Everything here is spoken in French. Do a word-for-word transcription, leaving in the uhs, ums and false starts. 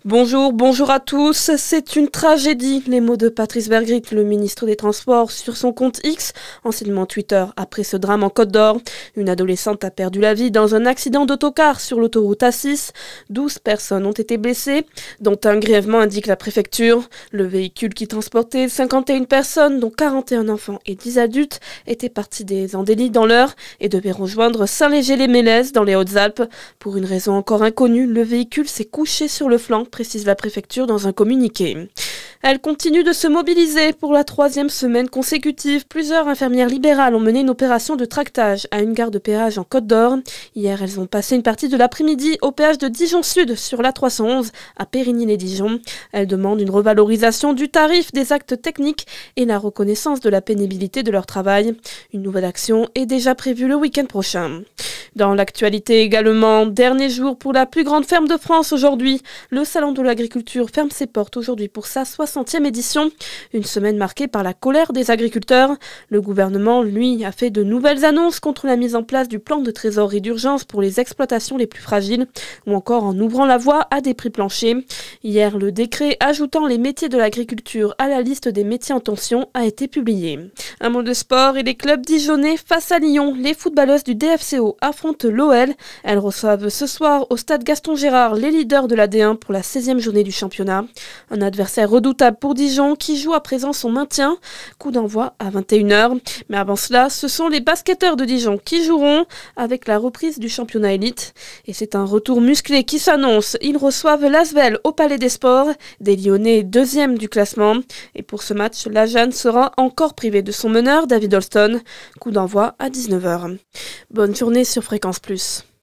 Bonjour, bonjour à tous. C'est une tragédie, les mots de Patrice Vergrit, le ministre des Transports, sur son compte X, anciennement Twitter, après ce drame en Côte d'Or. Une adolescente a perdu la vie dans un accident d'autocar sur l'autoroute A six. douze personnes ont été blessées, dont un grièvement, indique la préfecture. Le véhicule qui transportait cinquante et une personnes, dont quarante et un enfants et dix adultes, était parti des Andély dans l'heure et devait rejoindre Saint-Léger-les-Mélèzes dans les Hautes-Alpes. Pour une raison encore inconnue, le véhicule s'est couché sur le flanc, précise la préfecture dans un communiqué. Elle continue de se mobiliser pour la troisième semaine consécutive. Plusieurs infirmières libérales ont mené une opération de tractage à une gare de péage en Côte d'Or. Hier, elles ont passé une partie de l'après-midi au péage de Dijon-Sud sur l'A trois cent onze à Périgny-les-Dijon. Elles demandent une revalorisation du tarif des actes techniques et la reconnaissance de la pénibilité de leur travail. Une nouvelle action est déjà prévue le week-end prochain. Dans l'actualité également, dernier jour pour la plus grande ferme de France aujourd'hui. Le Salon de l'agriculture ferme ses portes aujourd'hui pour sa soixantième édition. Une semaine marquée par la colère des agriculteurs. Le gouvernement, lui, a fait de nouvelles annonces contre la mise en place du plan de trésorerie d'urgence pour les exploitations les plus fragiles, ou encore en ouvrant la voie à des prix planchers. Hier, le décret ajoutant les métiers de l'agriculture à la liste des métiers en tension a été publié. Un mot de sport et les clubs dijonnais face à Lyon. Les footballeuses du D F C O affrontent l'O L. Elles reçoivent ce soir au stade Gaston Gérard les leaders de la D un pour la seizième journée du championnat. Un adversaire redoutable pour Dijon qui joue à présent son maintien. Coup d'envoi à vingt et une heures. Mais avant cela, ce sont les basketteurs de Dijon qui joueront avec la reprise du championnat élite. Et c'est un retour musclé qui s'annonce. Ils reçoivent l'Asvel au Palais des Sports, des Lyonnais deuxième du classement. Et pour ce match, la Jeanne sera encore privée de son meneur, David Holston. Coup d'envoi à dix-neuf heures. Bonne journée sur Fréquence Plus.